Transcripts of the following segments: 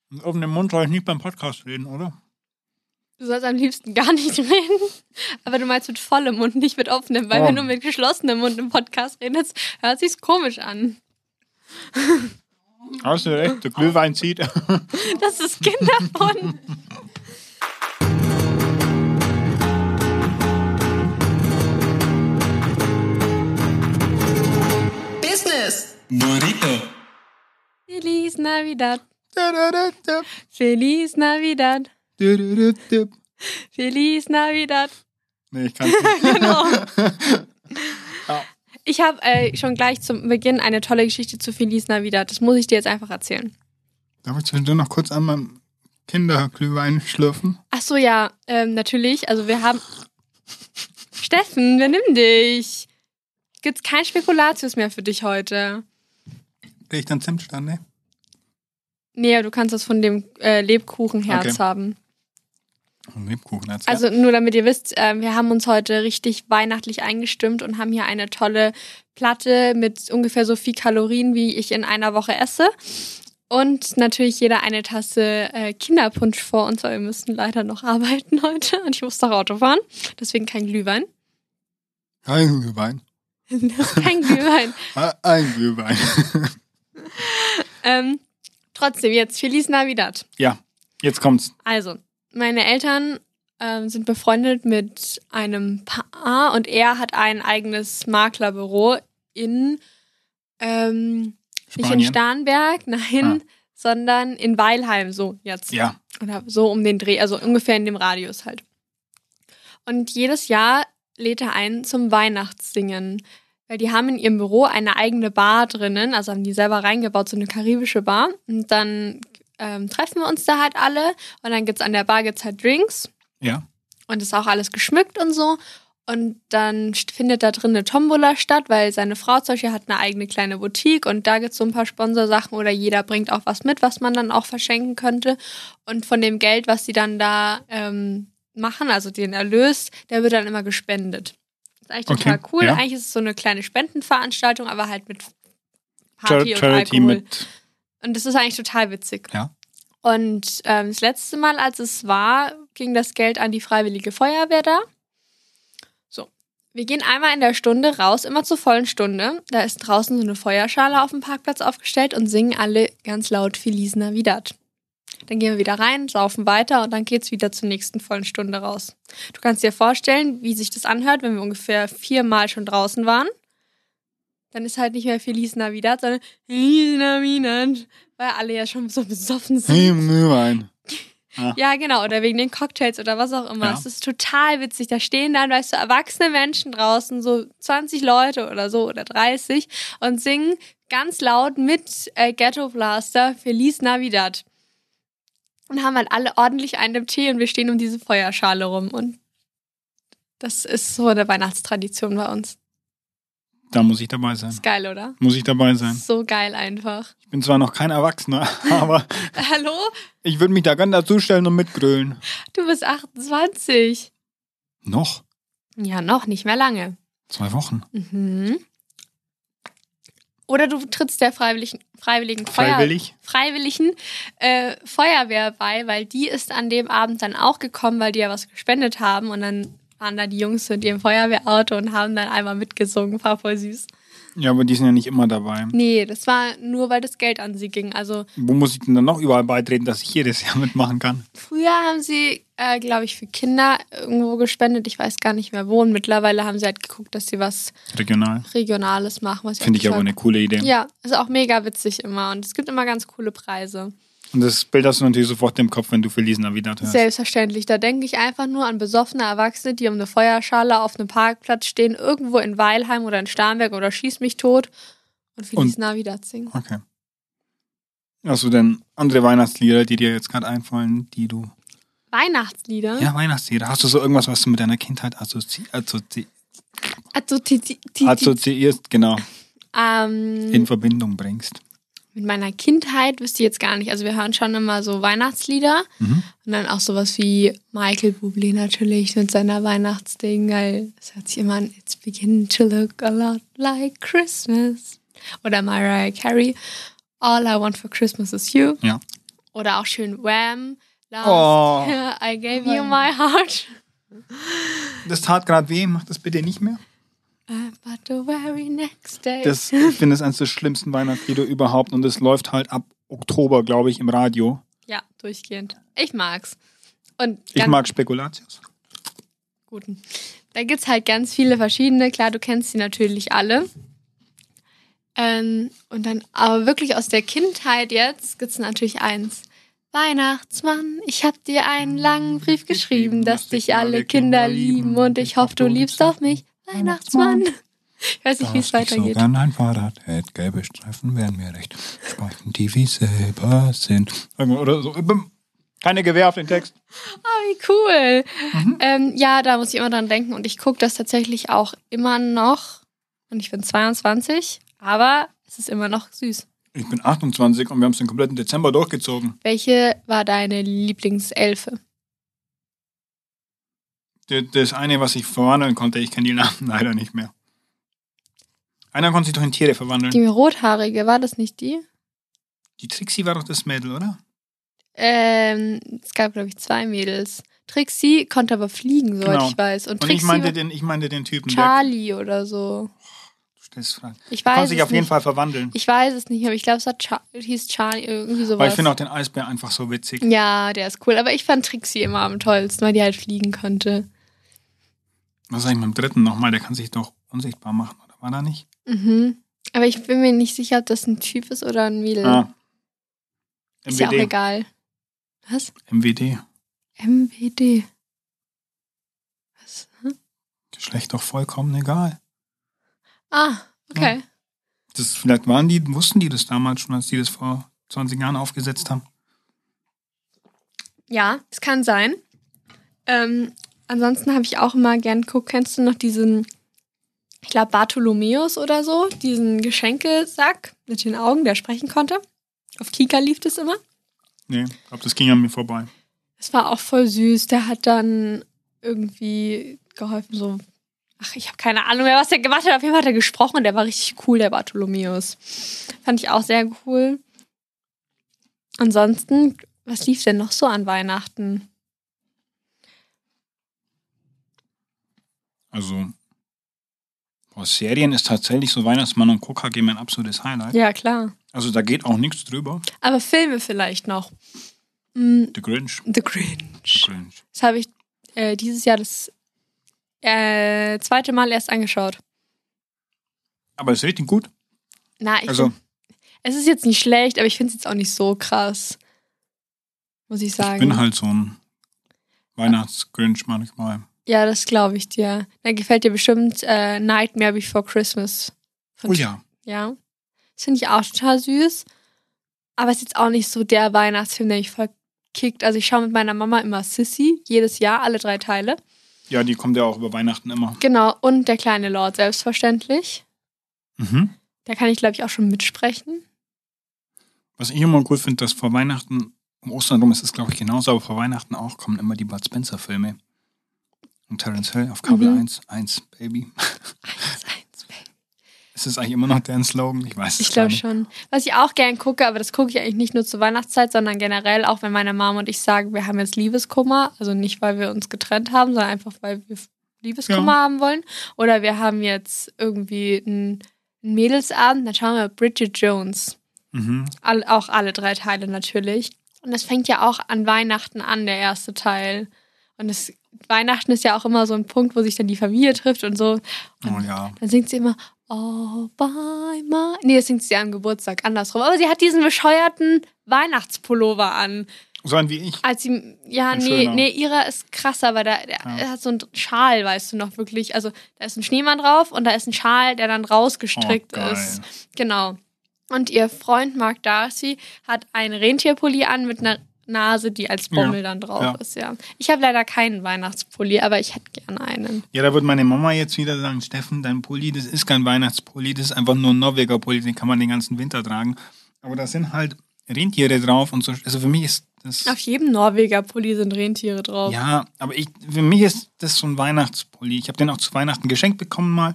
Mit offenem Mund soll ich nicht beim Podcast reden, oder? Du sollst am liebsten gar nicht reden. Aber du meinst mit vollem Mund, nicht mit offenem. Weil wenn du mit geschlossenem Mund im Podcast redest, hört sich's komisch an. Hast du recht, der Glühwein zieht. Das ist Kinderfond. Business. Burrito. Feliz Navidad. Feliz Navidad. Feliz Navidad. Nee, ich kann nicht. Genau. Ja. Ich habe schon gleich zum Beginn eine tolle Geschichte zu Feliz Navidad. Das muss ich dir jetzt einfach erzählen. Darf ich zwischendurch noch kurz an meinem Kinderglühwein schlürfen? Ach so, ja, natürlich. Also wir haben... Steffen, benimm dich. Gibt's kein Spekulatius mehr für dich heute. Krieg ich dann Zimtsterne? Nee, du kannst das von dem Lebkuchenherz Okay. haben. Und Lebkuchenherz. Also nur damit ihr wisst, wir haben uns heute richtig weihnachtlich eingestimmt und haben hier eine tolle Platte mit ungefähr so viel Kalorien, wie ich in einer Woche esse. Und natürlich jeder eine Tasse Kinderpunsch vor uns, weil wir müssen leider noch arbeiten heute. Und ich muss doch Auto fahren, deswegen kein Glühwein. Kein Glühwein. Kein Glühwein. Ein Glühwein. Trotzdem, jetzt Feliz Navidad. Ja, jetzt kommt's. Also, meine Eltern sind befreundet mit einem Paar und er hat ein eigenes Maklerbüro in, nicht in Spanien? Starnberg, nein, sondern in Weilheim, so jetzt. Ja. Oder so um den Dreh, also ungefähr in dem Radius halt. Und jedes Jahr lädt er ein zum Weihnachtssingen. Weil die haben in ihrem Büro eine eigene Bar drinnen, also haben die selber reingebaut, so eine karibische Bar. Und dann treffen wir uns da halt alle und dann gibt's an der Bar halt Drinks Ja. und ist auch alles geschmückt und so. Und dann findet da drin eine Tombola statt, weil seine Frau zum Beispiel hat eine eigene kleine Boutique und da gibt's so ein paar Sponsorsachen oder jeder bringt auch was mit, was man dann auch verschenken könnte. Und von dem Geld, was sie dann da machen, also den Erlös, der wird dann immer gespendet. Das ist eigentlich total cool. Ja. Eigentlich ist es so eine kleine Spendenveranstaltung, aber halt mit Party und Charity Alkohol. mit. Und das ist eigentlich total witzig. Ja. Und das letzte Mal, als es war, ging das Geld an die Freiwillige Feuerwehr da. So, wir gehen einmal in der Stunde raus, immer zur vollen Stunde. Da ist draußen so eine Feuerschale auf dem Parkplatz aufgestellt und singen alle ganz laut Feliz Navidad. Dann gehen wir wieder rein, saufen weiter und dann geht's wieder zur nächsten vollen Stunde raus. Du kannst dir vorstellen, wie sich das anhört, wenn wir ungefähr 4 Mal schon draußen waren. Dann ist halt nicht mehr Feliz Navidad, sondern Feliz Navidad, weil alle ja schon so besoffen sind. Glühwein. Ja, genau, oder wegen den Cocktails oder was auch immer. Ja. Es ist total witzig. Da stehen dann, weißt du, erwachsene Menschen draußen, so 20 Leute oder so oder 30 und singen ganz laut mit Ghetto Blaster Feliz Navidad. Und haben halt alle ordentlich einen im Tee und wir stehen um diese Feuerschale rum. Und das ist so eine Weihnachtstradition bei uns. Da muss ich dabei sein. Ist geil, oder? Muss ich dabei sein. So geil einfach. Ich bin zwar noch kein Erwachsener, aber Hallo? ich würde mich da ganz dazustellen und mitgrölen. Du bist 28. Noch? Ja, noch nicht mehr lange. 2 Wochen. Mhm. Oder du trittst der freiwilligen Freiwillig? Feuerwehr bei, weil die ist an dem Abend dann auch gekommen, weil die ja was gespendet haben und dann waren da die Jungs mit ihrem Feuerwehrauto und haben dann einmal mitgesungen. War voll süß. Ja, aber die sind ja nicht immer dabei. Nee, das war nur, weil das Geld an sie ging. Also Wo muss ich denn dann noch überall beitreten, dass ich jedes Jahr mitmachen kann? früher haben sie, glaube ich, für Kinder irgendwo gespendet. Ich weiß gar nicht mehr wo. Und mittlerweile haben sie halt geguckt, dass sie was Regional. Regionales machen. Was Finde ich aber eine coole Idee. Ja, ist auch mega witzig immer. Und es gibt immer ganz coole Preise. Und das Bild hast du natürlich sofort im Kopf, wenn du Feliz Navidad hörst. Selbstverständlich. Da denke ich einfach nur an besoffene Erwachsene, die um eine Feuerschale auf einem Parkplatz stehen, irgendwo in Weilheim oder in Starnberg oder Schieß mich tot und Feliz Navidad singen. Okay. Hast du denn andere Weihnachtslieder, die dir jetzt gerade einfallen, die du... Weihnachtslieder? Ja, Weihnachtslieder. Hast du so irgendwas, was du mit deiner Kindheit assoziierst, genau, in Verbindung bringst? Mit meiner Kindheit wüsste ich jetzt gar nicht. Also wir hören schon immer so Weihnachtslieder und dann auch sowas wie Michael Bublé natürlich mit seiner Weihnachtsding, weil es hört sich immer an, it's beginning to look a lot like Christmas. Oder Mariah Carey, All I Want for Christmas is You. Ja. Oder auch schön Wham! Last Oh. Year I gave you my heart. Das tat gerade weh, mach das bitte nicht mehr. But the very next day. Ich finde es eines der schlimmsten Weihnachtslieder überhaupt und es läuft halt ab Oktober, glaube ich, im Radio. Ja, durchgehend. Ich mag's. Und Ich mag Spekulatius. Guten. Da gibt's halt ganz viele verschiedene. Klar, du kennst sie natürlich alle. Und dann, aber wirklich aus der Kindheit jetzt gibt's natürlich eins. Weihnachtsmann, ich hab dir einen langen Brief geschrieben, dass dich alle Kinder lieben und ich hoffe, du liebst auch mich. Weihnachtsmann. Ich weiß nicht, wie es weitergeht. So gern ein Fahrrad hätte, gelbe Streifen wären mir recht. Streifen, die wie Silber sind. Oder so. Keine Gewähr auf den Text. Oh, wie cool. Ja, da muss ich immer dran denken und ich gucke das tatsächlich auch immer noch. Und ich bin 22, aber es ist immer noch süß. Ich bin 28 und wir haben es den kompletten Dezember durchgezogen. Welche war deine Lieblingselfe? Das eine, was ich verwandeln konnte, ich kenne die Namen leider nicht mehr. Einer konnte sich doch in Tiere verwandeln. Die rothaarige, war das nicht die? Die Trixie war doch das Mädel, oder? Es gab, glaube ich, 2 Mädels. Trixie konnte aber fliegen, soweit ich weiß. Und Trixie ich meinte den Typen. Charlie oder so. Du stellst Fragen. Ich Der weiß konnte sich es auf jeden nicht. Fall verwandeln. Ich weiß es nicht, aber ich glaube, es hieß Charlie, irgendwie sowas. Weil ich finde auch den Eisbär einfach so witzig. Ja, der ist cool. Aber ich fand Trixie immer am tollsten, weil die halt fliegen konnte. Was sag ich mit dem dritten nochmal? Der kann sich doch unsichtbar machen, oder war da nicht? Mhm. Aber ich bin mir nicht sicher, ob das ein Typ ist oder ein Mädel. Ah. Ist ja auch MWD. egal. Was? MWD. MWD. Was? Geschlecht doch vollkommen egal. Ah, okay. Ja. Vielleicht wussten die das damals schon, als die das vor 20 Jahren aufgesetzt haben. Ja, es kann sein. Ansonsten habe ich auch immer gern geguckt, kennst du noch diesen, ich glaube Bartholomäus oder so, diesen Geschenkesack mit den Augen, der sprechen konnte? Auf Kika lief das immer. Nee, ich glaube, das ging an mir vorbei. Das war auch voll süß. Der hat dann irgendwie geholfen, so. Ach, ich habe keine Ahnung mehr, was der gemacht hat. Auf jeden Fall hat er gesprochen und der war richtig cool, der Bartholomäus. Fand ich auch sehr cool. Ansonsten, was lief denn noch so an Weihnachten? Also, Serien ist tatsächlich so Weihnachtsmann und KKG mein absolutes Highlight. Ja, klar. Also da geht auch nichts drüber. Aber Filme vielleicht noch. The Grinch. The Grinch. The Grinch. Das habe ich dieses Jahr das 2. Mal erst angeschaut. Aber es ist richtig gut. Na, es ist jetzt nicht schlecht, aber ich finde es jetzt auch nicht so krass. Muss ich sagen. Ich bin halt so ein Weihnachts-Grinch manchmal. Ja, das glaube ich dir. Dann gefällt dir bestimmt Nightmare Before Christmas. Oh ja. Ja. Das finde ich auch total süß. Aber es ist jetzt auch nicht so der Weihnachtsfilm, der mich voll kickt. Also ich schaue mit meiner Mama immer Sissy, jedes Jahr, alle 3 Teile. Ja, die kommt ja auch über Weihnachten immer. Genau, und der kleine Lord, selbstverständlich. Mhm. Da kann ich, glaube ich, auch schon mitsprechen. Was ich immer cool finde, dass vor Weihnachten, um Ostern rum ist es, glaube ich, genauso, aber vor Weihnachten auch kommen immer die Bud Spencer-Filme. Und Terence Hill auf Kabel 1, Baby. 1, Baby. Ist das eigentlich immer noch deren Slogan? Ich weiß es Ich glaube nicht. schon. Was ich auch gern gucke, aber das gucke ich eigentlich nicht nur zur Weihnachtszeit, sondern generell auch, wenn meine Mama und ich sagen, wir haben jetzt Liebeskummer. Also nicht, weil wir uns getrennt haben, sondern einfach, weil wir Liebeskummer haben wollen. Oder wir haben jetzt irgendwie einen Mädelsabend, dann schauen wir Bridget Jones. Mhm. Auch alle 3 Teile natürlich. Und das fängt ja auch an Weihnachten an, der erste Teil. Und Weihnachten ist ja auch immer so ein Punkt, wo sich dann die Familie trifft und so. Und Oh ja. dann singt sie immer All by my... Nee, das singt sie am Geburtstag, andersrum. Aber sie hat diesen bescheuerten Weihnachtspullover an. So ein wie ich. Als sie... Ja, Ein nee, schöner. ihrer ist krasser, weil der hat so einen Schal, weißt du noch, wirklich. Also da ist ein Schneemann drauf und da ist ein Schal, der dann rausgestrickt geil. ist. Genau. Und ihr Freund Mark Darcy hat einen Rentierpulli an mit einer Nase, die als Bommel dann drauf ist, ja. Ich habe leider keinen Weihnachtspulli, aber ich hätte gerne einen. Ja, da wird meine Mama jetzt wieder sagen, Steffen, dein Pulli, das ist kein Weihnachtspulli, das ist einfach nur ein Norweger Pulli, den kann man den ganzen Winter tragen. Aber da sind halt Rentiere drauf und so. Also für mich ist das... Auf jedem Norweger Pulli sind Rentiere drauf. Ja, aber für mich ist das so ein Weihnachtspulli. Ich habe den auch zu Weihnachten geschenkt bekommen mal.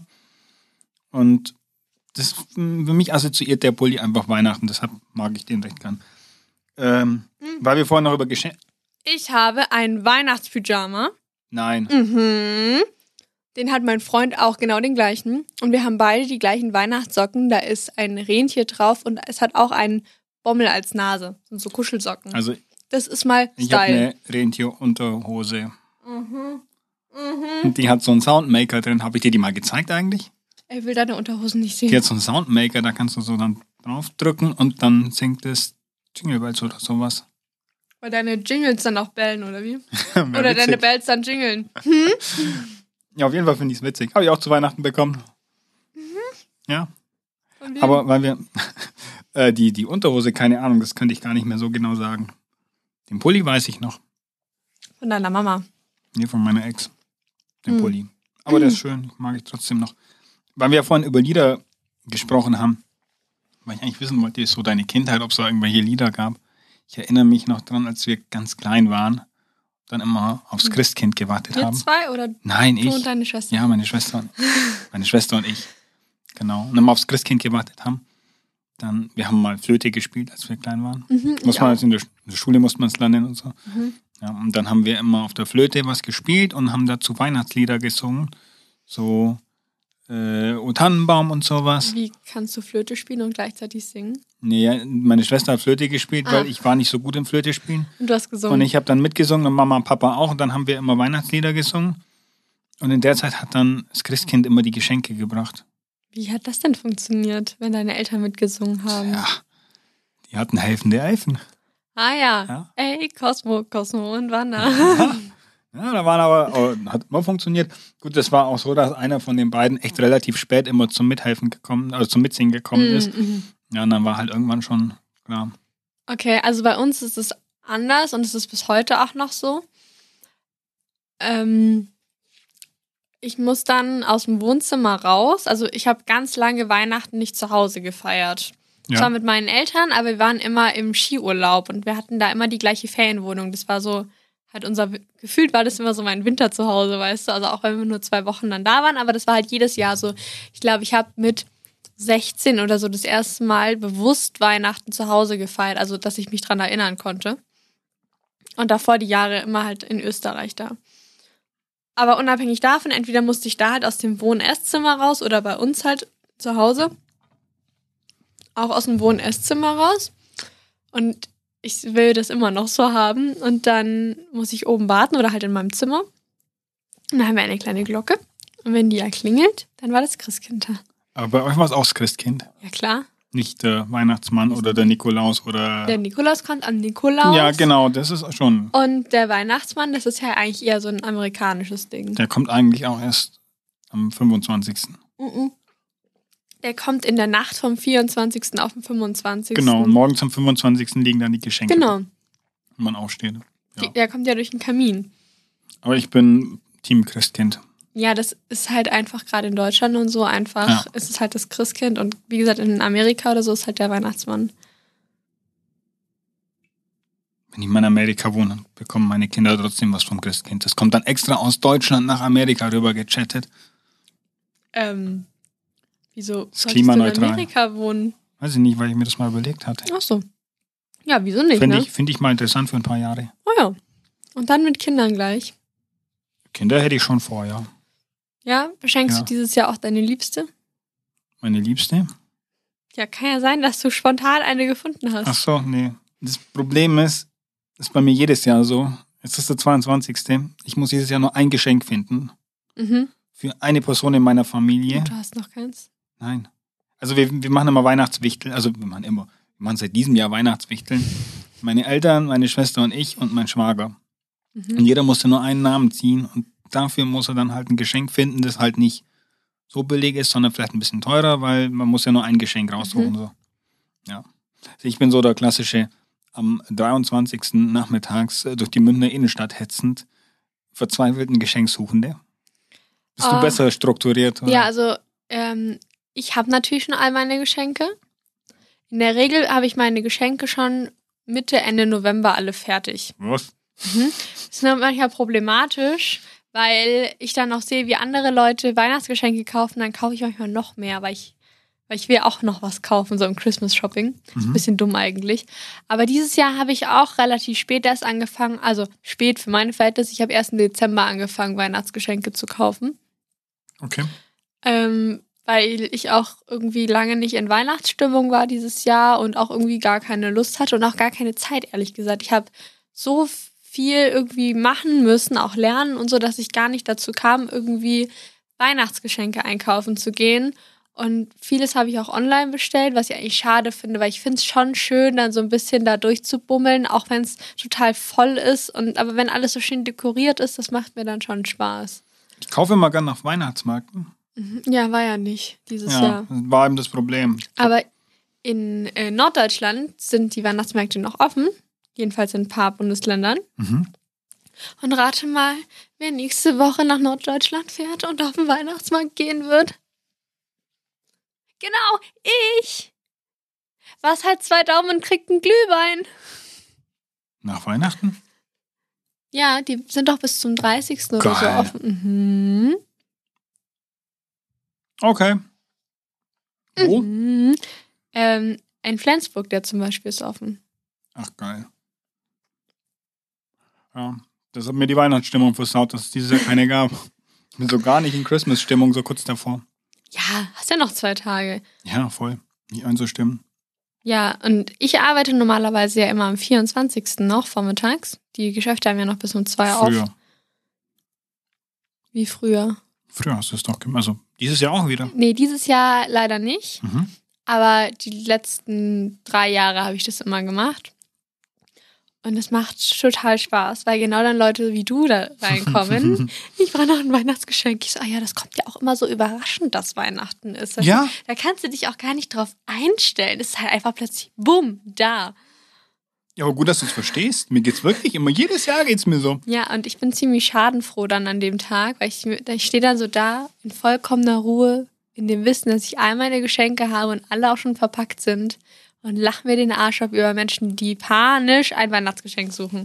Und für mich assoziiert der Pulli einfach Weihnachten, deshalb mag ich den recht gern. Weil wir vorhin noch über Geschenke... Ich habe ein Weihnachtspyjama. Nein. Den hat mein Freund auch, genau den gleichen. Und wir haben beide die gleichen Weihnachtssocken. Da ist ein Rentier drauf und es hat auch einen Bommel als Nase. Das sind so Kuschelsocken. Also das ist mal Style. ich habe eine Rentierunterhose. Und die hat so einen Soundmaker drin. Habe ich dir die mal gezeigt eigentlich? Er will deine Unterhosen nicht sehen. Die hat so einen Soundmaker, da kannst du so dann draufdrücken und dann singt es Jingle Bells oder sowas. Weil deine Jingles dann auch bellen, oder wie? Ja, oder witzig. deine Bells dann jingeln. Ja, auf jeden Fall finde ich es witzig. Habe ich auch zu Weihnachten bekommen. Ja. Von wem? Aber weil wir die Unterhose, keine Ahnung, das könnte ich gar nicht mehr so genau sagen. Den Pulli weiß ich noch. Von deiner Mama. Nee, von meiner Ex. Den Pulli. Aber der ist schön, mag ich trotzdem noch. Weil wir ja vorhin über Lieder gesprochen haben, weil ich eigentlich wissen wollte, wie ist so deine Kindheit, ob es da irgendwelche Lieder gab. Ich erinnere mich noch dran, als wir ganz klein waren, dann immer aufs Christkind gewartet Wir haben. zwei oder Nein, du ich. und deine Schwester? Ja, meine Schwester und ich. Genau. Und immer aufs Christkind gewartet haben. Dann, wir haben mal Flöte gespielt, als wir klein waren. Muss man in der Schule musste man es lernen und so. Ja, und dann haben wir immer auf der Flöte was gespielt und haben dazu Weihnachtslieder gesungen. So O Tannenbaum und sowas. Wie kannst du Flöte spielen und gleichzeitig singen? Nee, meine Schwester hat Flöte gespielt, weil ich war nicht so gut im Flöte spielen. Und du hast gesungen? Und ich habe dann mitgesungen und Mama und Papa auch. Und dann haben wir immer Weihnachtslieder gesungen. Und in der Zeit hat dann das Christkind immer die Geschenke gebracht. Wie hat das denn funktioniert, wenn deine Eltern mitgesungen haben? Ja, die hatten helfende Elfen. Ah ja. Ja. Ey, Cosmo und Wanda. Ja, da waren aber, hat immer funktioniert. Gut, das war auch so, dass einer von den beiden echt relativ spät immer zum Mithelfen gekommen, also zum Mitsingen gekommen ist. Ja, und dann war halt irgendwann schon klar. Okay, also bei uns ist es anders und es ist bis heute auch noch so. Ich muss dann aus dem Wohnzimmer raus. Also ich habe ganz lange Weihnachten nicht zu Hause gefeiert. Ja. Zwar mit meinen Eltern, aber wir waren immer im Skiurlaub und wir hatten da immer die gleiche Ferienwohnung. Das war so, halt gefühlt war das immer so mein Winter zu Hause, weißt du. Also auch wenn wir nur 2 Wochen dann da waren, aber das war halt jedes Jahr so. Ich glaube, ich habe mit 16 oder so das erste Mal bewusst Weihnachten zu Hause gefeiert, also dass ich mich dran erinnern konnte. Und davor die Jahre immer halt in Österreich da. Aber unabhängig davon, entweder musste ich da halt aus dem Wohn-Esszimmer raus oder bei uns halt zu Hause auch aus dem Wohn-Esszimmer raus. Und ich will das immer noch so haben. Und dann muss ich oben warten oder halt in meinem Zimmer. Und dann haben wir eine kleine Glocke. Und wenn die ja klingelt, dann war das Christkind da. Aber bei euch war es auch das Christkind. Ja, klar. Nicht der Weihnachtsmann oder der Nikolaus oder... Der Nikolaus kommt an Nikolaus. Ja, genau, das ist schon... Und der Weihnachtsmann, das ist ja eigentlich eher so ein amerikanisches Ding. Der kommt eigentlich auch erst am 25. Der kommt in der Nacht vom 24. auf den 25. Genau, und morgens am 25. liegen dann die Geschenke. Genau. Wenn man aufsteht. Ja. Der kommt ja durch den Kamin. Aber ich bin Team Christkind. Ja, das ist halt einfach gerade in Deutschland und so einfach. Ja. Es ist halt das Christkind und wie gesagt, in Amerika oder so ist halt der Weihnachtsmann. Wenn ich mal in Amerika wohne, bekommen meine Kinder trotzdem was vom Christkind. Das kommt dann extra aus Deutschland nach Amerika rüber gechattet. Wieso Ist solltest du in klimaneutral. Amerika wohnen? Weiß ich nicht, weil ich mir das mal überlegt hatte. Ach so. Ja, wieso nicht, ne? Finde ich mal interessant für ein paar Jahre. Oh ja. Und dann mit Kindern gleich. Kinder hätte ich schon vor, ja. Ja, beschenkst Ja. du dieses Jahr auch deine Liebste? Meine Liebste? Ja, kann ja sein, dass du spontan eine gefunden hast. Ach so, nee. Das Problem ist bei mir jedes Jahr so. Jetzt ist der 22. Ich muss dieses Jahr nur ein Geschenk finden. Für eine Person in meiner Familie. Und du hast noch keins? Nein. Also wir machen immer Weihnachtswichteln. Also wir machen seit diesem Jahr Weihnachtswichteln. Meine Eltern, meine Schwester und ich und mein Schwager. Und jeder musste nur einen Namen ziehen und dafür muss er dann halt ein Geschenk finden, das halt nicht so billig ist, sondern vielleicht ein bisschen teurer, weil man muss ja nur ein Geschenk raussuchen. So. Ja. Also ich bin so der klassische am 23. nachmittags durch die Münchner Innenstadt hetzend verzweifelten Geschenksuchende. Bist du besser strukturiert? Oder? Ja, also ich habe natürlich schon all meine Geschenke. In der Regel habe ich meine Geschenke schon Mitte, Ende November alle fertig. Was? Das ist manchmal problematisch, weil ich dann auch sehe, wie andere Leute Weihnachtsgeschenke kaufen, dann kaufe ich manchmal noch mehr, weil Weil ich will auch noch was kaufen, so im Christmas-Shopping. Ist ein bisschen dumm eigentlich. Aber dieses Jahr habe ich auch relativ spät erst angefangen, also spät für meine Verhältnisse. Ich habe erst im Dezember angefangen, Weihnachtsgeschenke zu kaufen. Okay. Weil ich auch irgendwie lange nicht in Weihnachtsstimmung war dieses Jahr und auch irgendwie gar keine Lust hatte und auch gar keine Zeit, ehrlich gesagt. Ich habe so viel irgendwie machen müssen, auch lernen und so, dass ich gar nicht dazu kam, irgendwie Weihnachtsgeschenke einkaufen zu gehen. Und vieles habe ich auch online bestellt, was ich eigentlich schade finde, weil ich finde es schon schön, dann so ein bisschen da durchzubummeln, auch wenn es total voll ist. Aber wenn alles so schön dekoriert ist, das macht mir dann schon Spaß. Ich kaufe immer gerne auf Weihnachtsmärkten. Ja, war ja nicht dieses Jahr. Das war eben das Problem. Aber in Norddeutschland sind die Weihnachtsmärkte noch offen. Jedenfalls in ein paar Bundesländern. Und rate mal, wer nächste Woche nach Norddeutschland fährt und auf den Weihnachtsmarkt gehen wird. Genau, ich. Was halt 2 Daumen und kriegt ein Glühwein. Nach Weihnachten? Ja, die sind doch bis zum 30. oder so Geil. offen. Okay. Wo? In Flensburg, der zum Beispiel ist offen. Ach, geil. Ja, das hat mir die Weihnachtsstimmung versaut, dass es dieses Jahr keine gab. Ich bin so gar nicht in Christmas-Stimmung, so kurz davor. Ja, hast ja noch 2 Tage. Ja, voll. Nicht einzustimmen. Ja, und ich arbeite normalerweise ja immer am 24. noch vormittags. Die Geschäfte haben ja noch bis um 2 Früher. auf. Wie früher? Früher hast du es doch gemacht. Also dieses Jahr auch wieder. Nee, dieses Jahr leider nicht. Aber die letzten 3 Jahre habe ich das immer gemacht. Und es macht total Spaß, weil genau dann Leute wie du da reinkommen. Ich brauche noch ein Weihnachtsgeschenk. Ich so, ja, das kommt ja auch immer so überraschend, dass Weihnachten ist. Ja. Da kannst du dich auch gar nicht drauf einstellen. Es ist halt einfach plötzlich, bumm, da. Ja, aber gut, dass du es verstehst. Mir geht's wirklich immer, jedes Jahr geht's mir so. Ja, und ich bin ziemlich schadenfroh dann an dem Tag, weil ich stehe dann so da in vollkommener Ruhe, in dem Wissen, dass ich all meine Geschenke habe und alle auch schon verpackt sind und lache mir den Arsch ab über Menschen, die panisch ein Weihnachtsgeschenk suchen.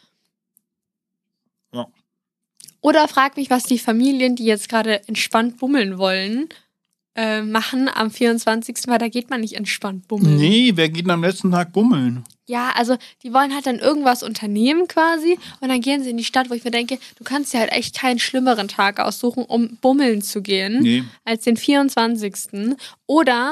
Ja. Oder frag mich, was die Familien, die jetzt gerade entspannt bummeln wollen, machen am 24., weil da geht man nicht entspannt bummeln. Nee, wer geht denn am letzten Tag bummeln? Ja, also die wollen halt dann irgendwas unternehmen quasi und dann gehen sie in die Stadt, wo ich mir denke, du kannst dir halt echt keinen schlimmeren Tag aussuchen, um bummeln zu gehen, als den 24. Oder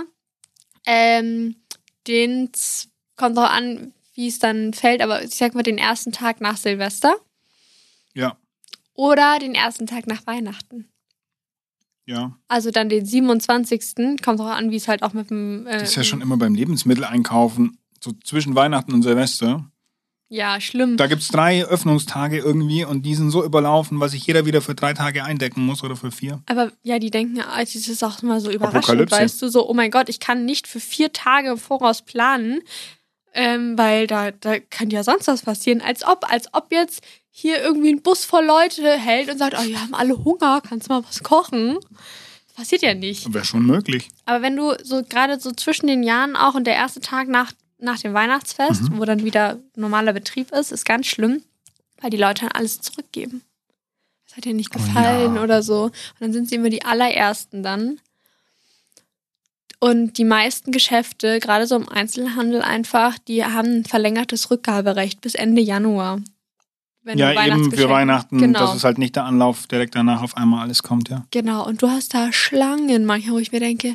kommt auch an, wie es dann fällt, aber ich sag mal den ersten Tag nach Silvester. Ja. Oder den ersten Tag nach Weihnachten. Ja. Also dann den 27. Kommt auch an, wie es halt auch mit dem... Das ist ja schon immer beim Lebensmitteleinkaufen, so zwischen Weihnachten und Silvester. Ja, schlimm. Da gibt's 3 Öffnungstage irgendwie und die sind so überlaufen, was sich jeder wieder für 3 Tage eindecken muss oder für 4. Aber ja, die denken, das ist auch immer so überraschend, Apokalypse. weißt du, so, oh mein Gott, ich kann nicht für 4 Tage im Voraus planen, weil da kann ja sonst was passieren. Als ob jetzt hier irgendwie ein Bus voll Leute hält und sagt, oh, wir haben alle Hunger, kannst du mal was kochen? Das passiert ja nicht. Wäre schon möglich. Aber wenn du so gerade so zwischen den Jahren auch und der erste Tag nach dem Weihnachtsfest, wo dann wieder normaler Betrieb ist ganz schlimm, weil die Leute dann alles zurückgeben. Das hat dir nicht gefallen oder so. Und dann sind sie immer die allerersten dann. Und die meisten Geschäfte, gerade so im Einzelhandel einfach, die haben ein verlängertes Rückgaberecht bis Ende Januar. Wenn Ja, eben für Weihnachten, genau. dass es halt nicht der Anlauf direkt danach auf einmal alles kommt, ja. Genau, und du hast da Schlangen manchmal, wo ich mir denke,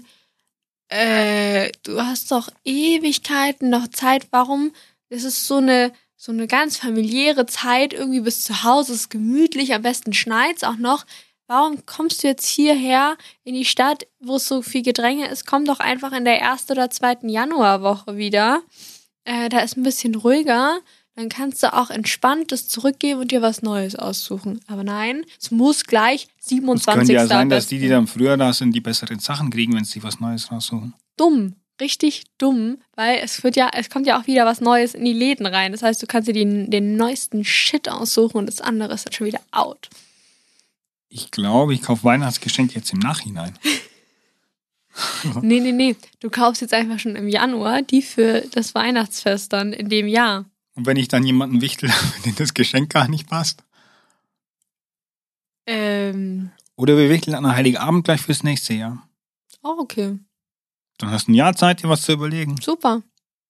du hast doch Ewigkeiten noch Zeit, warum? Das ist so eine ganz familiäre Zeit, irgendwie bis zu Hause, ist gemütlich, am besten schneit's auch noch. Warum kommst du jetzt hierher in die Stadt, wo es so viel Gedränge ist? Komm doch einfach in der 1. oder 2. Januarwoche wieder. Da ist ein bisschen ruhiger. Dann kannst du auch entspannt das zurückgeben und dir was Neues aussuchen. Aber nein, es muss gleich 27. Es könnte ja sein, am dass besten. die dann früher da sind, die besseren Sachen kriegen, wenn sie sich was Neues raussuchen. Dumm. Richtig dumm, weil es kommt ja auch wieder was Neues in die Läden rein. Das heißt, du kannst dir den neuesten Shit aussuchen und das andere ist dann schon wieder out. Ich glaube, ich kaufe Weihnachtsgeschenke jetzt im Nachhinein. Nee. Du kaufst jetzt einfach schon im Januar die für das Weihnachtsfest dann in dem Jahr. Und wenn ich dann jemanden wichtel, dem das Geschenk gar nicht passt? Oder wir wichteln an Heiligabend gleich fürs nächste Jahr. Auch okay. Dann hast du ein Jahr Zeit, dir was zu überlegen. Super.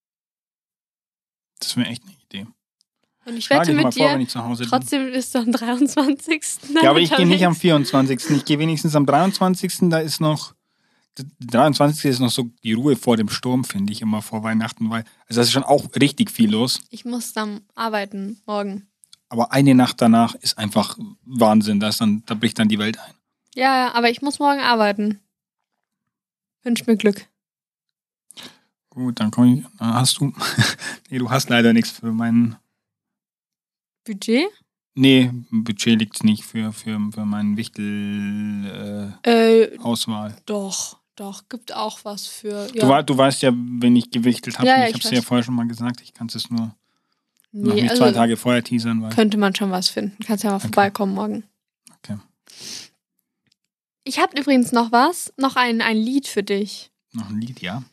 Das wäre echt eine Idee. Und ich Schlage wette ich mal mit vor, dir, wenn ich zu Hause bin. trotzdem ist du am 23. Ja, aber ich gehe nicht am unterwegs. 24. Ich gehe wenigstens am 23. Da ist noch, der 23. ist noch so die Ruhe vor dem Sturm, finde ich, immer vor Weihnachten. Also da ist schon auch richtig viel los. Ich muss dann arbeiten morgen. Aber eine Nacht danach ist einfach Wahnsinn. Da bricht dann die Welt ein. Ja, aber ich muss morgen arbeiten. Wünsch mir Glück. Gut, dann komme ich. Hast du. Nee, du hast leider nichts für meinen. Budget? Nee, Budget liegt nicht für meinen Wichtel Auswahl. Doch, gibt auch was für. Ja. Du weißt ja, wenn ich gewichtelt habe. Ja, Ich habe es dir ja vorher schon mal gesagt. Ich kann es nur noch Nee, nicht 2 Tage vorher teasern. Weil könnte man schon was finden. Kannst ja mal vorbeikommen morgen. Okay. Ich habe übrigens noch ein Lied für dich. Noch ein Lied, ja.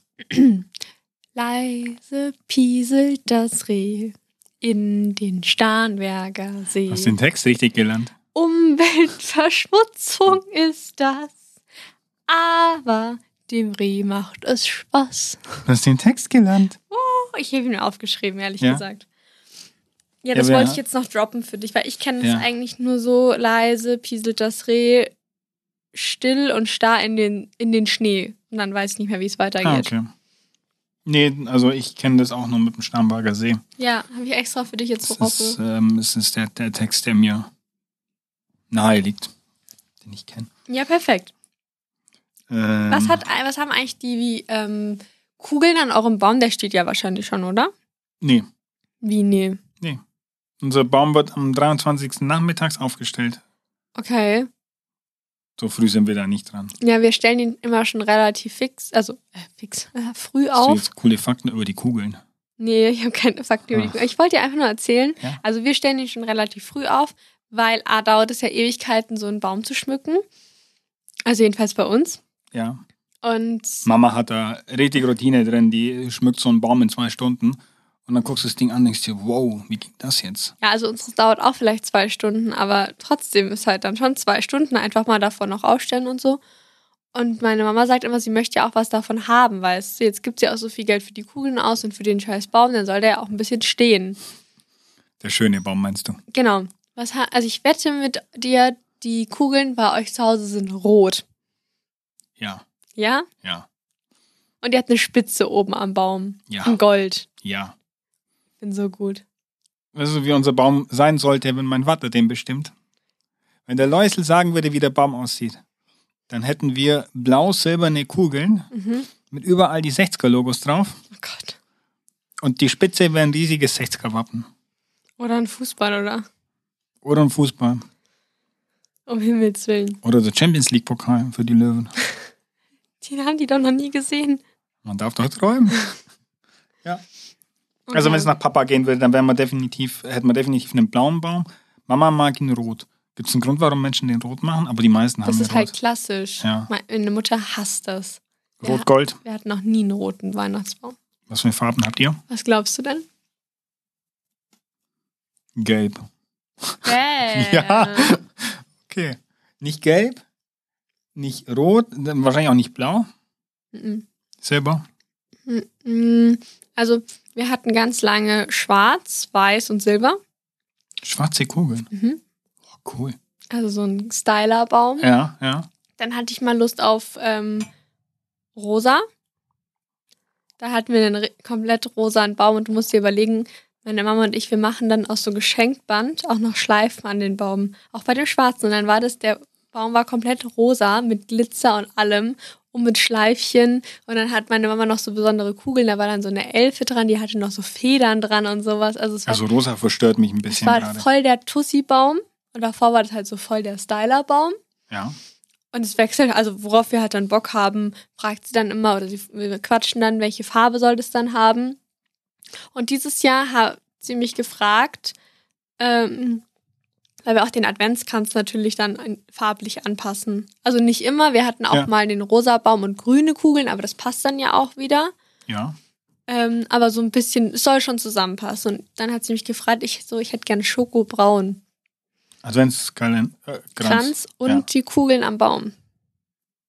Leise pieselt das Reh in den Starnberger See. Hast den Text richtig gelernt? Umweltverschmutzung ist das, aber dem Reh macht es Spaß. Du hast den Text gelernt. Oh, ich habe ihn mir aufgeschrieben, ehrlich Ja? gesagt. Ja, das wollte ich jetzt noch droppen für dich, weil ich kenne es eigentlich nur so: leise pieselt das Reh, still und starr in den Schnee. Und dann weiß ich nicht mehr, wie es weitergeht. Okay. Nee, also ich kenne das auch nur mit dem Starnberger See. Ja, habe ich extra für dich jetzt Es ist der Text, der mir nahe liegt, den ich kenne. Ja, perfekt. Was haben eigentlich die Kugeln an eurem Baum? Der steht ja wahrscheinlich schon, oder? Nee. Wie, nee? Nee. Unser Baum wird am 23. nachmittags aufgestellt. Okay. So früh sind wir da nicht dran. Ja, wir stellen ihn immer schon relativ früh Hast du auf. jetzt coole Fakten über die Kugeln? Nee, ich habe keine Fakten über die Kugeln. Ich wollte dir einfach nur erzählen. Ja. Also wir stellen ihn schon relativ früh auf, weil dauert es ja Ewigkeiten, so einen Baum zu schmücken. Also jedenfalls bei uns. Ja. Und Mama hat da richtig Routine drin, die schmückt so einen Baum in 2 Stunden. Und dann guckst du das Ding an und denkst dir, wow, wie ging das jetzt? ja, also unseres dauert auch vielleicht 2 Stunden, aber trotzdem ist halt dann schon 2 Stunden einfach mal davon noch aufstellen und so. Und meine Mama sagt immer, sie möchte ja auch was davon haben, weißt du, jetzt gibt sie ja auch so viel Geld für die Kugeln aus und für den scheiß Baum, dann soll der ja auch ein bisschen stehen. Der schöne Baum, meinst du? Genau. Also ich wette mit dir, die Kugeln bei euch zu Hause sind rot. Ja. Ja? Ja. Und ihr habt eine Spitze oben am Baum. Ja. In Gold. Ja. Bin so gut. Weißt du, wie unser Baum sein sollte, wenn mein Vater den bestimmt? Wenn der Läusel sagen würde, wie der Baum aussieht, dann hätten wir blau-silberne Kugeln mit überall die 60er-Logos drauf. Oh Gott. Und die Spitze wäre ein riesiges 60er-Wappen. Oder ein Fußball, oder? Oder ein Fußball. Um Himmels Willen. Oder der Champions League-Pokal für die Löwen. Den haben die doch noch nie gesehen. Man darf doch träumen. Ja. Also wenn es nach Papa gehen würde, dann hätten wir definitiv einen blauen Baum. Mama mag ihn rot. Gibt es einen Grund, warum Menschen den rot machen? Aber die meisten haben das ihn ist rot. halt klassisch. Ja. Meine Mutter hasst das. Rot-Gold. Wir hatten noch nie einen roten Weihnachtsbaum. Was für Farben habt ihr? Was glaubst du denn? Gelb. Ja. Okay. Nicht gelb, nicht rot, wahrscheinlich auch nicht blau. Silber. Also wir hatten ganz lange schwarz, weiß und silber. Schwarze Kugeln. Oh, cool. Also so ein Stylerbaum. Ja, ja. Dann hatte ich mal Lust auf rosa. Da hatten wir einen komplett rosanen Baum und du musst dir überlegen, meine Mama und ich, wir machen dann aus so Geschenkband auch noch Schleifen an den Baum. Auch bei dem schwarzen. Und dann war der Baum war komplett rosa mit Glitzer und allem und mit Schleifchen. Und dann hat meine Mama noch so besondere Kugeln. Da war dann so eine Elfe dran, die hatte noch so Federn dran und sowas. Also rosa verstört mich ein bisschen gerade. Es war voll der Tussi-Baum. Und davor war das halt so voll der Styler-Baum. Ja. Und es wechselt, also worauf wir halt dann Bock haben, fragt sie dann immer, oder wir quatschen dann, welche Farbe soll das dann haben. Und dieses Jahr hat sie mich gefragt, weil wir auch den Adventskranz natürlich dann farblich anpassen. Also nicht immer, wir hatten auch mal den rosa Baum und grüne Kugeln, aber das passt dann ja auch wieder. Ja. Aber so ein bisschen, es soll schon zusammenpassen. Und dann hat sie mich gefragt, ich hätte gerne Schokobraun. Adventskranz und die Kugeln am Baum.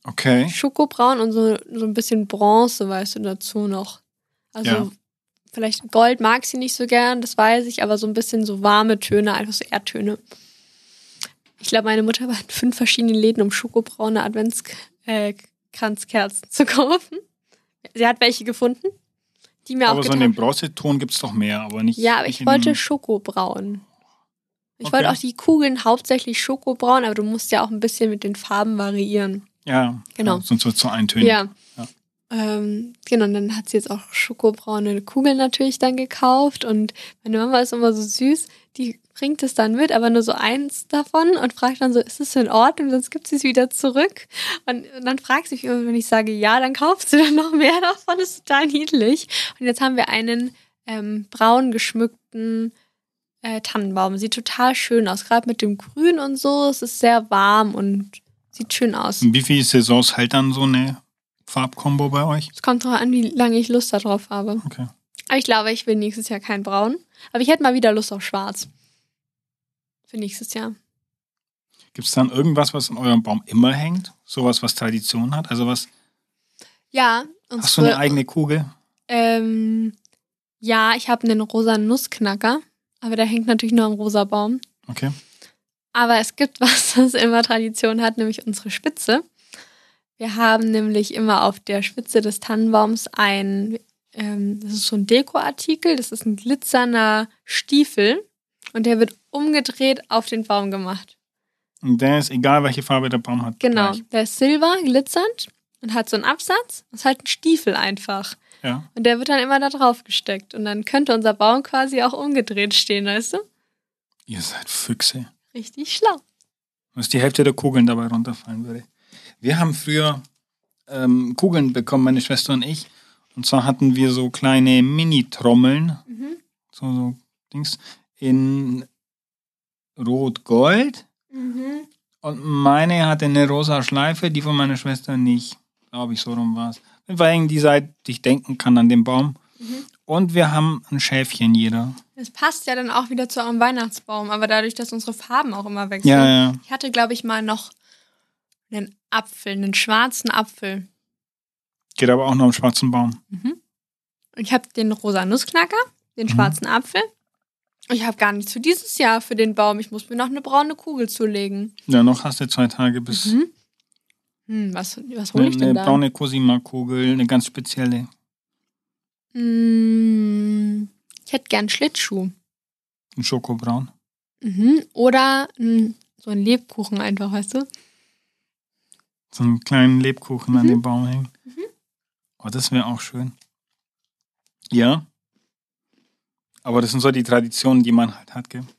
Okay. Schokobraun und so ein bisschen Bronze, weißt du, dazu noch. Also Ja. vielleicht Gold mag sie nicht so gern, das weiß ich, aber so ein bisschen so warme Töne, einfach so Erdtöne. Ich glaube, meine Mutter war in 5 verschiedenen Läden, um schokobraune Adventskranzkerzen zu kaufen. Sie hat welche gefunden, die mir Aber auch so in getan. dem Bronzeton gibt es doch mehr, aber nicht. Ja, aber nicht ich in wollte dem- Schokobraun. Ich Okay. wollte auch die Kugeln hauptsächlich Schokobraun, aber du musst ja auch ein bisschen mit den Farben variieren. Ja, Genau. Ja, sonst wird es so eintönig. Ja. Ja. Genau, und dann hat sie jetzt auch schokobraune Kugeln natürlich dann gekauft und meine Mama ist immer so süß, die bringt es dann mit, aber nur so eins davon und fragt dann so, ist es in Ordnung, sonst gibt sie es wieder zurück. Und dann fragt sie mich immer, wenn ich sage ja, dann kauft sie dann noch mehr davon, das ist total niedlich. Und jetzt haben wir einen braun geschmückten Tannenbaum, sieht total schön aus, gerade mit dem Grün und so, es ist sehr warm und sieht schön aus. Und wie viele Saisons hält dann so eine Farbkombo bei euch? Es kommt drauf an, wie lange ich Lust darauf habe. Okay. Aber ich glaube, ich will nächstes Jahr kein Braun. Aber ich hätte mal wieder Lust auf Schwarz. Für nächstes Jahr. Gibt es dann irgendwas, was in eurem Baum immer hängt? Sowas, was Tradition hat? Also was? Ja. Hast du eine eigene Kugel? Ja, ich habe einen rosa Nussknacker. Aber der hängt natürlich nur am rosa Baum. Okay. Aber es gibt was, das immer Tradition hat, nämlich unsere Spitze. Wir haben nämlich immer auf der Spitze des Tannenbaums das ist so ein Dekoartikel, das ist ein glitzernder Stiefel und der wird umgedreht auf den Baum gemacht. Und der ist egal, welche Farbe der Baum hat. Genau, gleich. der ist silber, glitzernd und hat so einen Absatz. Das ist halt ein Stiefel einfach. Ja. Und der wird dann immer da drauf gesteckt. Und dann könnte unser Baum quasi auch umgedreht stehen, weißt du? Ihr seid Füchse. Richtig schlau. Dass die Hälfte der Kugeln dabei runterfallen würde. Wir haben früher Kugeln bekommen, meine Schwester und ich. Und zwar hatten wir so kleine Mini-Trommeln. So Dings. In Rot-Gold. Und meine hatte eine rosa Schleife, die von meiner Schwester nicht. Glaube ich, so rum war es. Wir hängen die, seit ich denken kann, an dem Baum. Und wir haben ein Schäfchen jeder. Das passt ja dann auch wieder zu eurem Weihnachtsbaum, aber dadurch, dass unsere Farben auch immer wechseln. Ja. Ich hatte, glaube ich, mal noch einen Apfel, einen schwarzen Apfel. Geht aber auch noch am schwarzen Baum. Und ich habe den rosa Nussknacker, den schwarzen Apfel. Ich habe gar nichts für dieses Jahr für den Baum. Ich muss mir noch eine braune Kugel zulegen. Ja, noch hast du 2 Tage bis Was hole ich denn eine da? braune Cosima-Kugel, eine ganz spezielle. Ich hätte gern Schlittschuh. Ein Schokobraun. Oder so ein Lebkuchen einfach, weißt du? So einen kleinen Lebkuchen an dem Baum hängen. Oh, das wäre auch schön. Ja. Aber das sind so die Traditionen, die man halt hat, gell?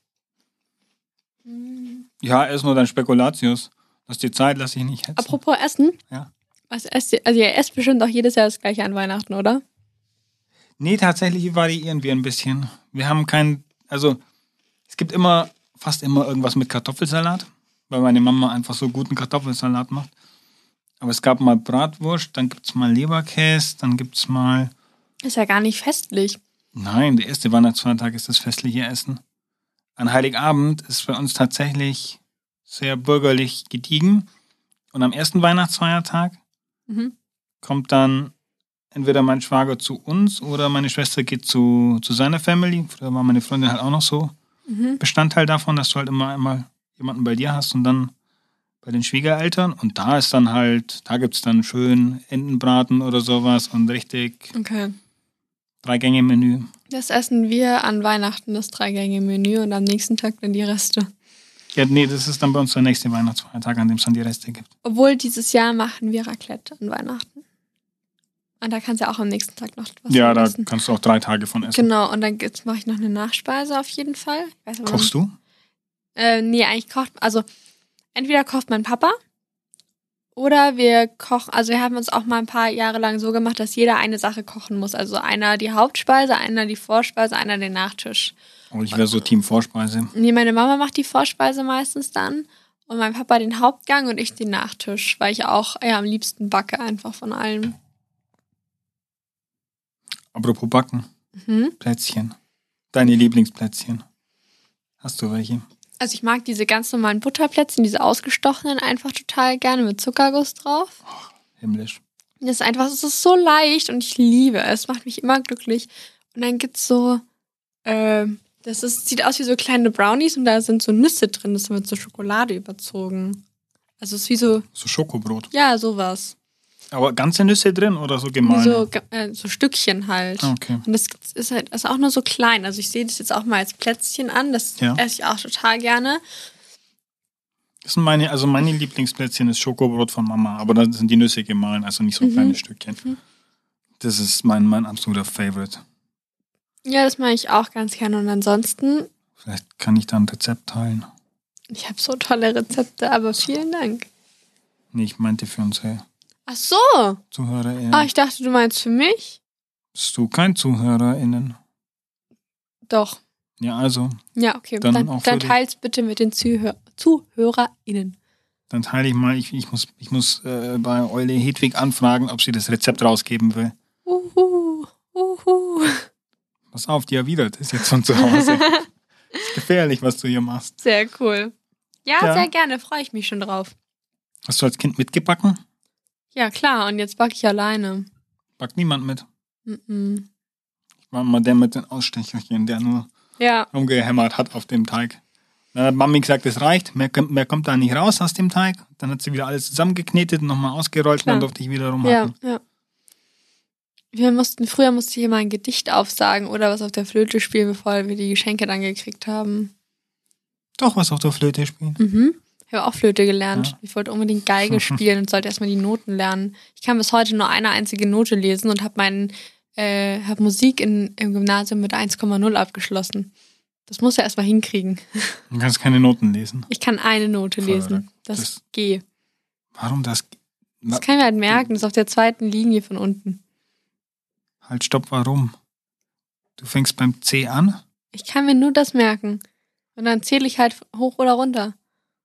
Ja, ess nur dein Spekulatius. Lass dir Zeit, lass dich nicht hetzen. Apropos Essen. Ja. Was esst ihr? Also ihr esst bestimmt auch jedes Jahr das gleiche an Weihnachten, oder? Nee, tatsächlich variieren wir ein bisschen. Wir haben also es gibt fast immer irgendwas mit Kartoffelsalat, weil meine Mama einfach so guten Kartoffelsalat macht. Aber es gab mal Bratwurst, dann gibt's mal Leberkäse, dann gibt's mal... Ist ja gar nicht festlich. Nein, der erste Weihnachtsfeiertag ist das festliche Essen. An Heiligabend ist für uns tatsächlich sehr bürgerlich gediegen. Und am ersten Weihnachtsfeiertag kommt dann entweder mein Schwager zu uns oder meine Schwester geht zu seiner Family. Früher war meine Freundin halt auch noch so Bestandteil davon, dass du halt immer jemanden bei dir hast und dann bei den Schwiegereltern. Und da gibt's dann schön Entenbraten oder sowas und richtig Okay. 3-Gänge-Menü. Das essen wir an Weihnachten, das 3-Gänge-Menü und am nächsten Tag dann die Reste. Ja, nee, das ist dann bei uns der nächste Weihnachtsfeiertag, an dem es dann die Reste gibt. Obwohl dieses Jahr machen wir Raclette an Weihnachten. Und da kannst du ja auch am nächsten Tag noch was Ja, da essen. kannst du auch 3 Tage von essen. Genau, und dann mache ich noch eine Nachspeise auf jeden Fall. Ich weiß aber Kochst du? Nee, eigentlich entweder kocht mein Papa oder wir kochen, also wir haben uns auch mal ein paar Jahre lang so gemacht, dass jeder eine Sache kochen muss. Also einer die Hauptspeise, einer die Vorspeise, einer den Nachtisch. Oh, ich wäre so Team Vorspeise. Nee, meine Mama macht die Vorspeise meistens dann und mein Papa den Hauptgang und ich den Nachtisch, weil ich auch eher am liebsten backe einfach von allem. Apropos Backen. Plätzchen. Deine Lieblingsplätzchen. Hast du welche? Also ich mag diese ganz normalen Butterplätzchen, diese ausgestochenen einfach total gerne mit Zuckerguss drauf. Himmlisch. Das ist einfach, es ist so leicht und ich liebe es. Macht mich immer glücklich. Und dann gibt's so, sieht aus wie so kleine Brownies und da sind so Nüsse drin. Das ist mit so Schokolade überzogen. Also es ist wie so... So Schokobrot. Ja, sowas. Aber ganze Nüsse drin oder so gemahlene? So Stückchen halt. Okay. Und das ist halt ist auch nur so klein. Also ich sehe das jetzt auch mal als Plätzchen an. Das esse ich auch total gerne. Das sind meine Lieblingsplätzchen ist Schokobrot von Mama, aber da sind die Nüsse gemahlen, also nicht so kleine Stückchen. Das ist mein absoluter Favorite. Ja, das mache ich auch ganz gerne. Und ansonsten... Vielleicht kann ich da ein Rezept teilen. Ich habe so tolle Rezepte, aber vielen Dank. Nee, ich meinte für unsere Ach so. ZuhörerInnen. Ah, ich dachte, du meinst für mich? Bist du kein ZuhörerInnen? Doch. Ja, also. Ja, okay. Dann teil's bitte mit den ZuhörerInnen. Dann teile ich mal, ich muss bei Eule Hedwig anfragen, ob sie das Rezept rausgeben will. Pass auf, die erwidert ist jetzt von zu Hause. Ist gefährlich, was du hier machst. Sehr cool. Ja, sehr gerne, freue ich mich schon drauf. Hast du als Kind mitgebacken? Ja, klar, und jetzt backe ich alleine. Backt niemand mit? Mm-mm. Ich war mal der mit den Ausstecherchen, der nur rumgehämmert hat auf dem Teig. Dann hat Mami gesagt, es reicht, mehr kommt da nicht raus aus dem Teig. Dann hat sie wieder alles zusammengeknetet und nochmal ausgerollt und dann durfte ich wieder rumhacken. Ja. Früher musste ich immer ein Gedicht aufsagen oder was auf der Flöte spielen, bevor wir die Geschenke dann gekriegt haben. Doch, was auf der Flöte spielen? Mhm. Ich habe auch Flöte gelernt. Ja. Ich wollte unbedingt Geige spielen und sollte erstmal die Noten lernen. Ich kann bis heute nur eine einzige Note lesen und habe hab Musik im Gymnasium mit 1,0 abgeschlossen. Das muss ja erstmal hinkriegen. Du kannst keine Noten lesen. Ich kann eine Note lesen. Das G. Warum das? Das kann ich mir halt merken. Das ist auf der zweiten Linie von unten. Halt, stopp, warum? Du fängst beim C an? Ich kann mir nur das merken. Und dann zähle ich halt hoch oder runter.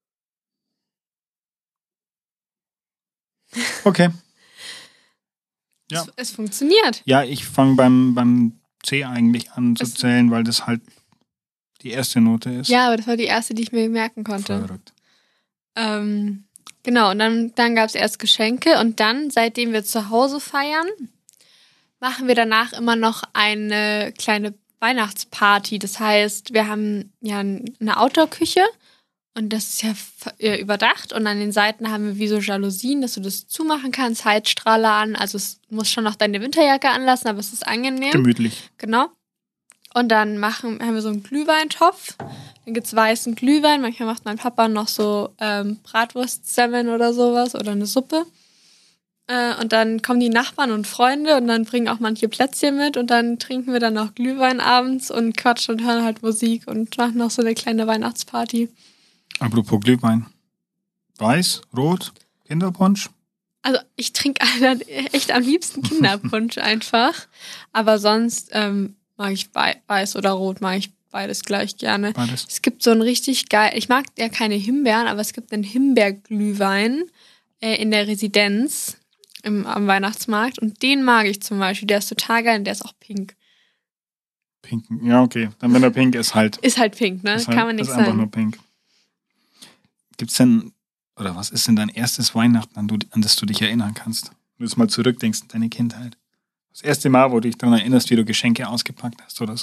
Okay. Ja. Es funktioniert. Ja, ich fange beim C eigentlich an zu zählen, weil das halt die erste Note ist. Ja, aber das war die erste, die ich mir merken konnte. Verrückt. Genau, und dann gab es erst Geschenke und dann, seitdem wir zu Hause feiern, machen wir danach immer noch eine kleine Weihnachtsparty. Das heißt, wir haben ja eine Outdoor-Küche und das ist ja überdacht und an den Seiten haben wir wie so Jalousien, dass du das zumachen kannst, Heizstrahler an. Also es muss schon noch deine Winterjacke anlassen, aber es ist angenehm. Gemütlich. Genau. Und dann haben wir so einen Glühweintopf. Dann gibt's weißen Glühwein. Manchmal macht mein Papa noch so Bratwurstsemmeln oder sowas oder eine Suppe. Und dann kommen die Nachbarn und Freunde und dann bringen auch manche Plätzchen mit und dann trinken wir dann noch Glühwein abends und quatschen und hören halt Musik und machen noch so eine kleine Weihnachtsparty. Apropos Glühwein. Weiß, rot, Kinderpunsch? Also ich trinke echt am liebsten Kinderpunsch einfach. Aber sonst mag ich weiß oder rot, mag ich beides gleich gerne. Beides. Es gibt so einen richtig geil, ich mag ja keine Himbeeren, aber es gibt einen Himbeerglühwein in der Residenz am Weihnachtsmarkt und den mag ich zum Beispiel. Der ist total geil und der ist auch pink. Pink, ja okay. Dann wenn er pink ist halt. Ist halt pink, ne? Kann man nichts sagen. Ist einfach nur pink. Gibt's denn, oder was ist denn dein erstes Weihnachten, an das du dich erinnern kannst? Wenn du jetzt mal zurückdenkst an deine Kindheit. Das erste Mal, wo du dich daran erinnerst, wie du Geschenke ausgepackt hast oder so.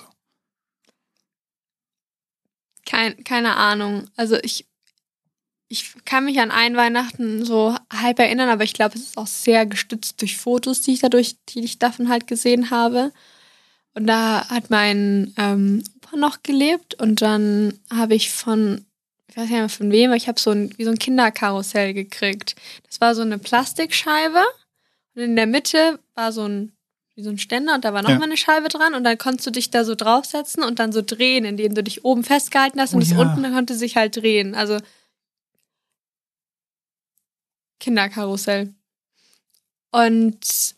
Keine Ahnung. Also ich kann mich an ein Weihnachten so halb erinnern, aber ich glaube, es ist auch sehr gestützt durch Fotos, die ich davon halt gesehen habe. Und da hat mein Opa noch gelebt und dann habe ich ich weiß nicht mehr von wem, aber ich habe wie so ein Kinderkarussell gekriegt. Das war so eine Plastikscheibe und in der Mitte war wie so ein Ständer und da war nochmal eine Scheibe dran und dann konntest du dich da so draufsetzen und dann so drehen, indem du dich oben festgehalten hast und das unten konnte sich halt drehen. Also Kinderkarussell. Und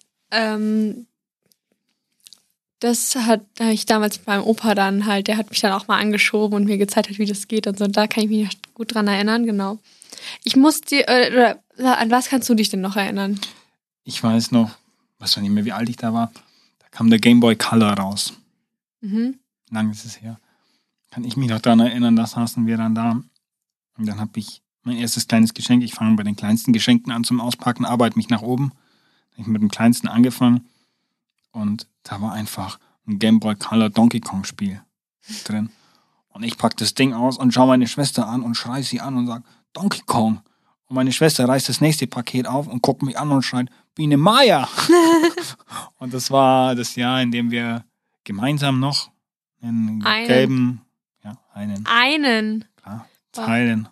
das habe ich damals beim Opa dann halt, der hat mich dann auch mal angeschoben und mir gezeigt hat, wie das geht und so. Und da kann ich mich gut dran erinnern, genau. Ich muss dir, an was kannst du dich denn noch erinnern? Ich weiß noch, weiß noch nicht mehr, wie alt ich da war. Da kam der Game Boy Color raus. Mhm. Lang ist es her. kann ich mich noch daran erinnern, da saßen wir dann da. Und dann habe ich mein erstes kleines Geschenk. Ich fange bei den kleinsten Geschenken an zum Auspacken, arbeite mich nach oben. Ich habe mit dem kleinsten angefangen. Und da war einfach ein Game Boy Color Donkey Kong Spiel drin. Und ich packe das Ding aus und schaue meine Schwester an und schreie sie an und sage, Donkey Kong. Und meine Schwester reißt das nächste Paket auf und guckt mich an und schreit, Biene Maya. Und das war das Jahr, in dem wir gemeinsam noch einen gelben, einen klar, teilen.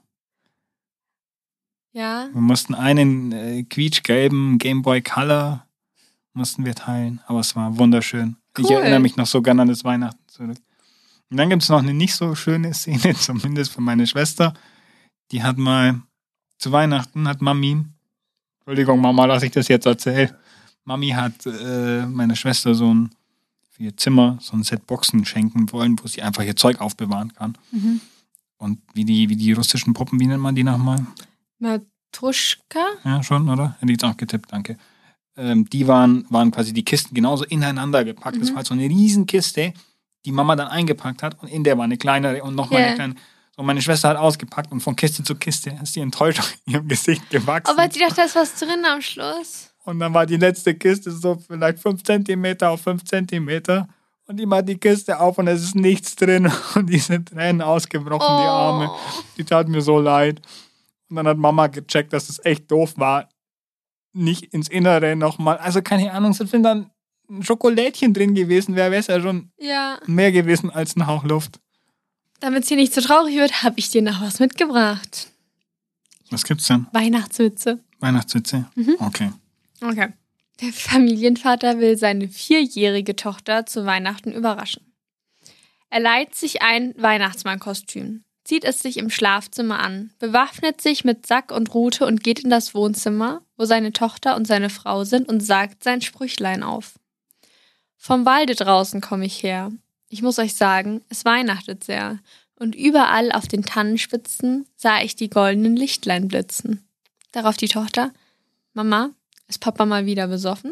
Ja. Wir mussten einen quietschgelben Game Boy Color mussten wir teilen, aber es war wunderschön. Cool. Ich erinnere mich noch so gerne an das Weihnachten zurück. Und dann gibt es noch eine nicht so schöne Szene, zumindest für meine Schwester. Die hat mal zu Weihnachten, Entschuldigung Mama, dass ich das jetzt erzähle. Mami hat meiner Schwester für ihr Zimmer so ein Set Boxen schenken wollen, wo sie einfach ihr Zeug aufbewahren kann. Mhm. Und wie die russischen Puppen, wie nennt man die nochmal? Matruschka? Ja, schon, oder? Hätte ich jetzt auch getippt, danke. Die waren quasi die Kisten genauso ineinander gepackt. Das war halt so eine Riesenkiste, die Mama dann eingepackt hat und in der war eine kleinere und nochmal eine kleine. So, meine Schwester hat ausgepackt und von Kiste zu Kiste ist die Enttäuschung in ihrem Gesicht gewachsen. Aber sie dachte, da ist was drin am Schluss. Und dann war die letzte Kiste so vielleicht 5 Zentimeter auf 5 Zentimeter und die macht die Kiste auf und es ist nichts drin und diese Tränen ausgebrochen, die Arme. Die tat mir so leid. Und dann hat Mama gecheckt, dass es echt doof war, nicht ins Innere nochmal, also keine Ahnung, selbst wenn dann ein Schokolädchen drin gewesen wäre, wäre es ja schon mehr gewesen als ein Hauch Luft. Damit es hier nicht so traurig wird, habe ich dir noch was mitgebracht. Was gibt's denn? Weihnachtswitze. Weihnachtswitze? Mhm. Okay. Der Familienvater will seine 4-jährige Tochter zu Weihnachten überraschen. Er leiht sich ein Weihnachtsmannkostüm, zieht es sich im Schlafzimmer an, bewaffnet sich mit Sack und Rute und geht in das Wohnzimmer, wo seine Tochter und seine Frau sind und sagt sein Sprüchlein auf. Vom Walde draußen komme ich her. Ich muss euch sagen, es weihnachtet sehr. Und überall auf den Tannenspitzen sah ich die goldenen Lichtlein blitzen. Darauf die Tochter, Mama, ist Papa mal wieder besoffen?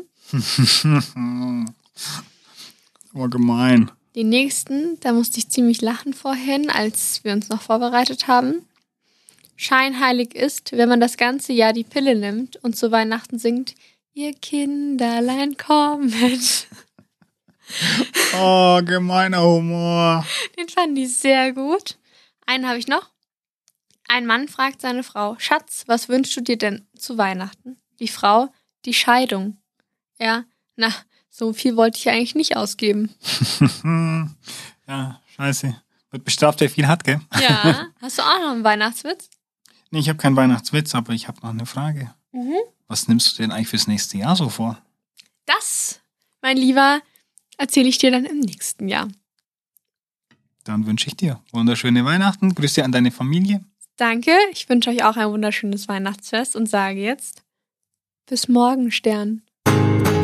Aber gemein. Den nächsten, da musste ich ziemlich lachen vorhin, als wir uns noch vorbereitet haben. Scheinheilig ist, wenn man das ganze Jahr die Pille nimmt und zu Weihnachten singt, ihr Kinderlein kommet. Oh, gemeiner Humor. Den fand ich sehr gut. Einen habe ich noch. Ein Mann fragt seine Frau, Schatz, was wünschst du dir denn zu Weihnachten? Die Frau, die Scheidung. Er, so viel wollte ich eigentlich nicht ausgeben. Ja, scheiße. Wird bestraft, wer viel hat, gell? Ja. Hast du auch noch einen Weihnachtswitz? Nee, ich habe keinen Weihnachtswitz, aber ich habe noch eine Frage. Mhm. Was nimmst du denn eigentlich fürs nächste Jahr so vor? Das, mein Lieber, erzähle ich dir dann im nächsten Jahr. Dann wünsche ich dir wunderschöne Weihnachten. Grüße an deine Familie. Danke, ich wünsche euch auch ein wunderschönes Weihnachtsfest und sage jetzt bis morgen, Stern.